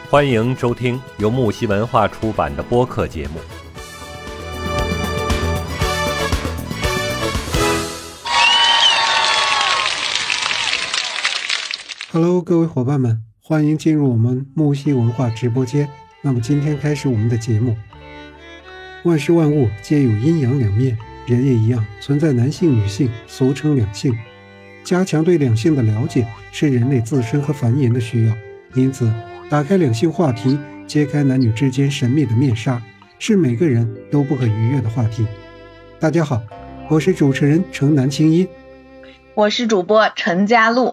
欢迎收听由木西文化出版的播客节目。 Hello， 各位伙伴们，欢迎进入我们木西文化直播间。那么今天开始我们的节目。万事万物皆有阴阳两面，人也一样，存在男性女性，俗称两性。加强对两性的了解是人类自身和繁衍的需要，因此打开两性话题，揭开男女之间神秘的面纱，是每个人都不可逾越的话题。大家好，我是主持人城南青衣， 我是主播陈佳璐。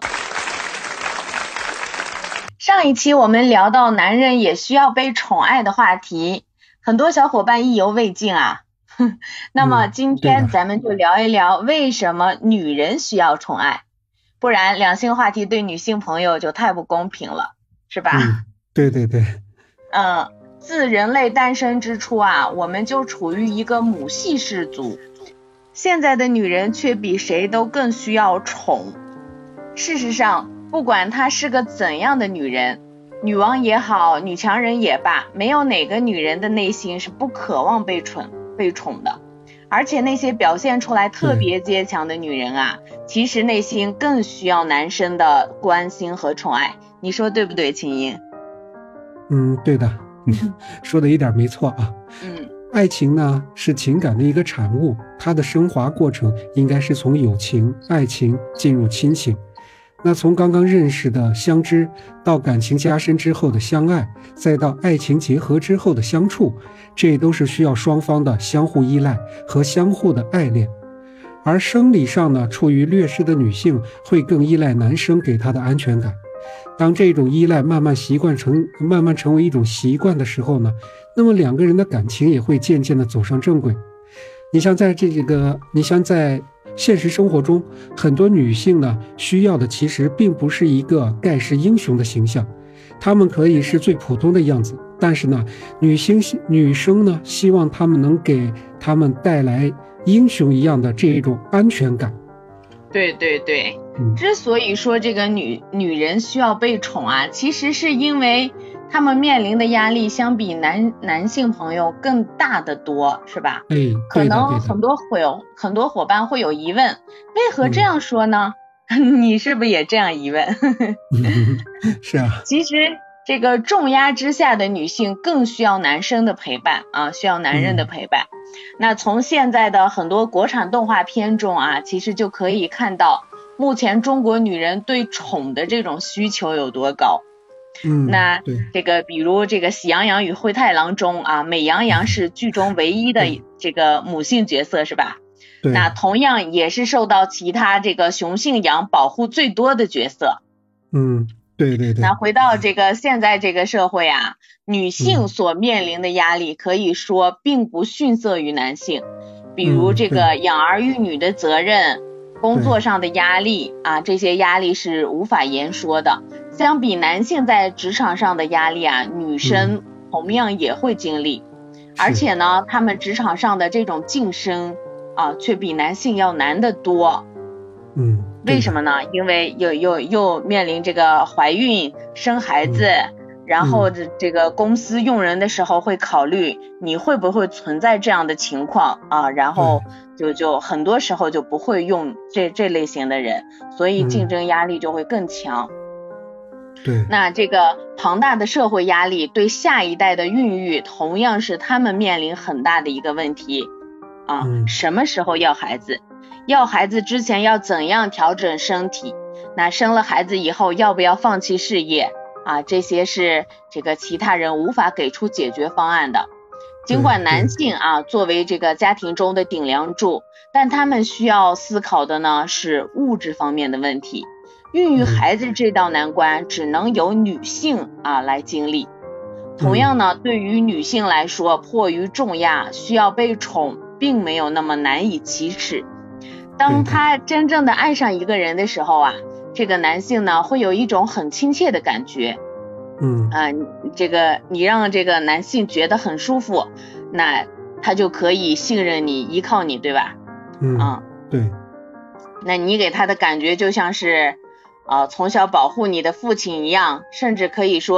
上一期我们聊到男人也需要被宠爱的话题，很多小伙伴意犹未尽啊。那么今天咱们就聊一聊为什么女人需要宠爱，不然两性话题对女性朋友就太不公平了，是吧？ 对。 自人类诞生之初啊，我们就处于一个母系氏族，现在的女人却比谁都更需要宠。事实上，不管她是个怎样的女人，女王也好，女强人也罢，没有哪个女人的内心是不渴望被宠的。而且那些表现出来特别坚强的女人啊，其实内心更需要男生的关心和宠爱。你说对不对，青音？ 对的，说的一点没错啊。爱情呢是情感的一个产物，它的升华过程应该是从友情、爱情进入亲情。那从刚刚认识的相知，到感情加深之后的相爱，再到爱情结合之后的相处，这都是需要双方的相互依赖和相互的爱恋。而生理上呢，处于劣势的女性会更依赖男生给她的安全感。当这种依赖慢慢成为一种习惯的时候呢，那么两个人的感情也会渐渐的走上正轨。你像在现实生活中，很多女性呢需要的其实并不是一个盖世英雄的形象，她们可以是最普通的样子，但是呢，女生呢希望她们能给她们带来英雄一样的这一种安全感。 对，之所以说这个女人需要被宠啊，其实是因为她们面临的压力相比男性朋友更大得多，是吧？可能很多伙伴会有疑问，为何这样说呢？你是不是也这样疑问？ 是啊。 其实这个重压之下的女性更需要男生的陪伴啊，需要男人的陪伴。那从现在的很多国产动画片中啊，其实就可以看到目前中国女人对宠的这种需求有多高。那这个比如这个《喜羊羊与灰太狼》中啊，美羊羊是剧中唯一的这个母性角色，是吧？那同样也是受到其他这个雄性羊保护最多的角色。 对。 那回到这个现在这个社会啊，女性所面临的压力可以说并不逊色于男性，比如这个养儿育女的责任，工作上的压力啊，这些压力是无法言说的。相比男性在职场上的压力啊，女生同样也会经历，而且呢，他们职场上的这种晋升啊，却比男性要难得多。为什么呢？因为又面临这个怀孕、生孩子，然后这个公司用人的时候会考虑你会不会存在这样的情况啊，然后就很多时候就不会用这类型的人，所以竞争压力就会更强。那这个庞大的社会压力对下一代的孕育同样是他们面临很大的一个问题啊。什么时候要孩子？要孩子之前要怎样调整身体？那生了孩子以后要不要放弃事业啊？这些是这个其他人无法给出解决方案的。尽管男性啊作为这个家庭中的顶梁柱，但他们需要思考的呢是物质方面的问题。孕育孩子这道难关只能由女性啊来经历。同样呢，对于女性来说，迫于重压需要被宠并没有那么难以启齿。当他真正的爱上一个人的时候啊，这个男性呢会有一种很亲切的感觉。这个你让这个男性觉得很舒服，那他就可以信任你、依靠你，对吧？ 对。 那你给他的感觉就像是从小保护你的父亲一样，甚至可以说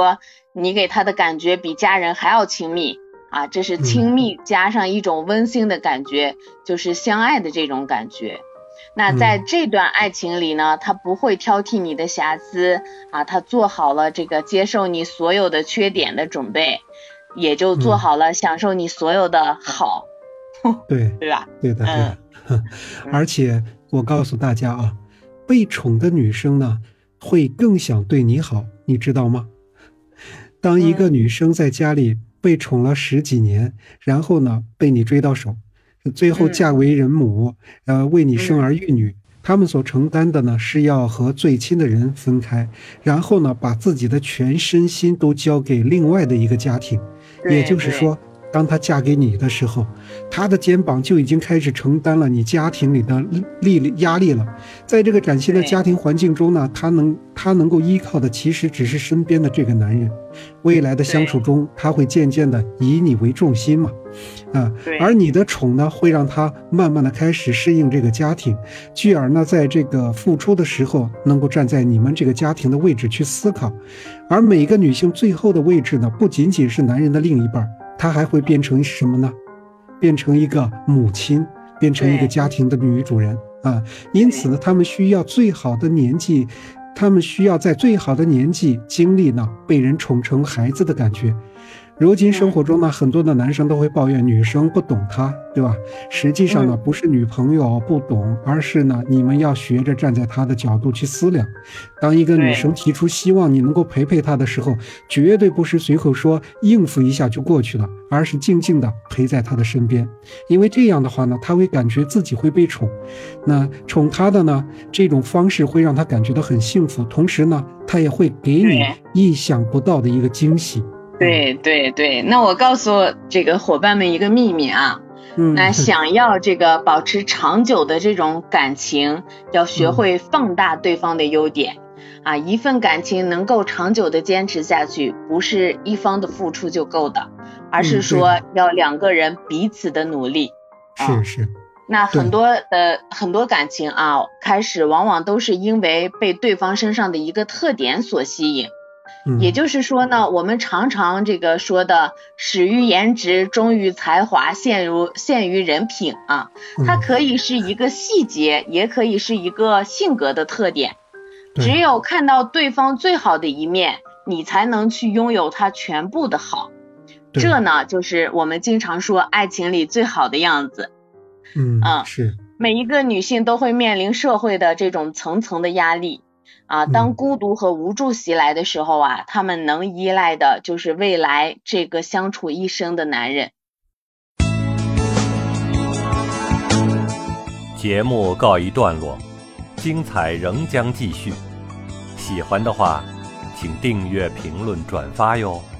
你给他的感觉比家人还要亲密啊，这是亲密加上一种温馨的感觉，就是相爱的这种感觉。那在这段爱情里呢，他不会挑剔你的瑕疵啊，他做好了这个接受你所有的缺点的准备，也就做好了享受你所有的好。 对， 对吧？ 对的，对的。而且我告诉大家啊，被宠的女生呢，会更想对你好，你知道吗？当一个女生在家里被宠了10几年，然后呢被你追到手，最后嫁为人母，为你生儿育女，他们所承担的呢是要和最亲的人分开，然后呢把自己的全身心都交给另外的一个家庭。也就是说，当她嫁给你的时候，她的肩膀就已经开始承担了你家庭里的压力了。在这个崭新的家庭环境中呢，她能够依靠的其实只是身边的这个男人。未来的相处中，她会渐渐的以你为重心嘛，而你的宠呢，会让她慢慢的开始适应这个家庭，继而呢，在这个付出的时候，能够站在你们这个家庭的位置去思考。而每个女性最后的位置呢，不仅仅是男人的另一半，她还会变成什么呢？变成一个母亲，变成一个家庭的女主人啊。因此呢，她们需要最好的年纪，她们需要在最好的年纪经历呢被人宠成孩子的感觉。如今生活中呢，很多的男生都会抱怨女生不懂他，对吧？实际上呢，不是女朋友不懂，而是呢，你们要学着站在他的角度去思量。当一个女生提出希望你能够陪她的时候，绝对不是随口说应付一下就过去了，而是静静的陪在她的身边。因为这样的话呢，她会感觉自己会被宠，那宠她的呢，这种方式会让她感觉到很幸福，同时呢，她也会给你意想不到的一个惊喜。 对对对，那我告诉这个伙伴们一个秘密啊，那想要这个保持长久的这种感情，要学会放大对方的优点啊。一份感情能够长久的坚持下去，不是一方的付出就够的，而是说要两个人彼此的努力。 是。 那很多感情啊，开始往往都是因为被对方身上的一个特点所吸引。也就是说呢，我们常常这个说的始于颜值，忠于才华，陷于人品啊，它可以是一个细节，也可以是一个性格的特点。只有看到对方最好的一面，你才能去拥有他全部的好。这呢，就是我们经常说爱情里最好的样子。 是。 每一个女性都会面临社会的这种层层的压力。当孤独和无助袭来的时候啊，他们能依赖的就是未来这个相处一生的男人。 节目告一段落，精彩仍将继续。喜欢的话，请订阅、评论、转发哟。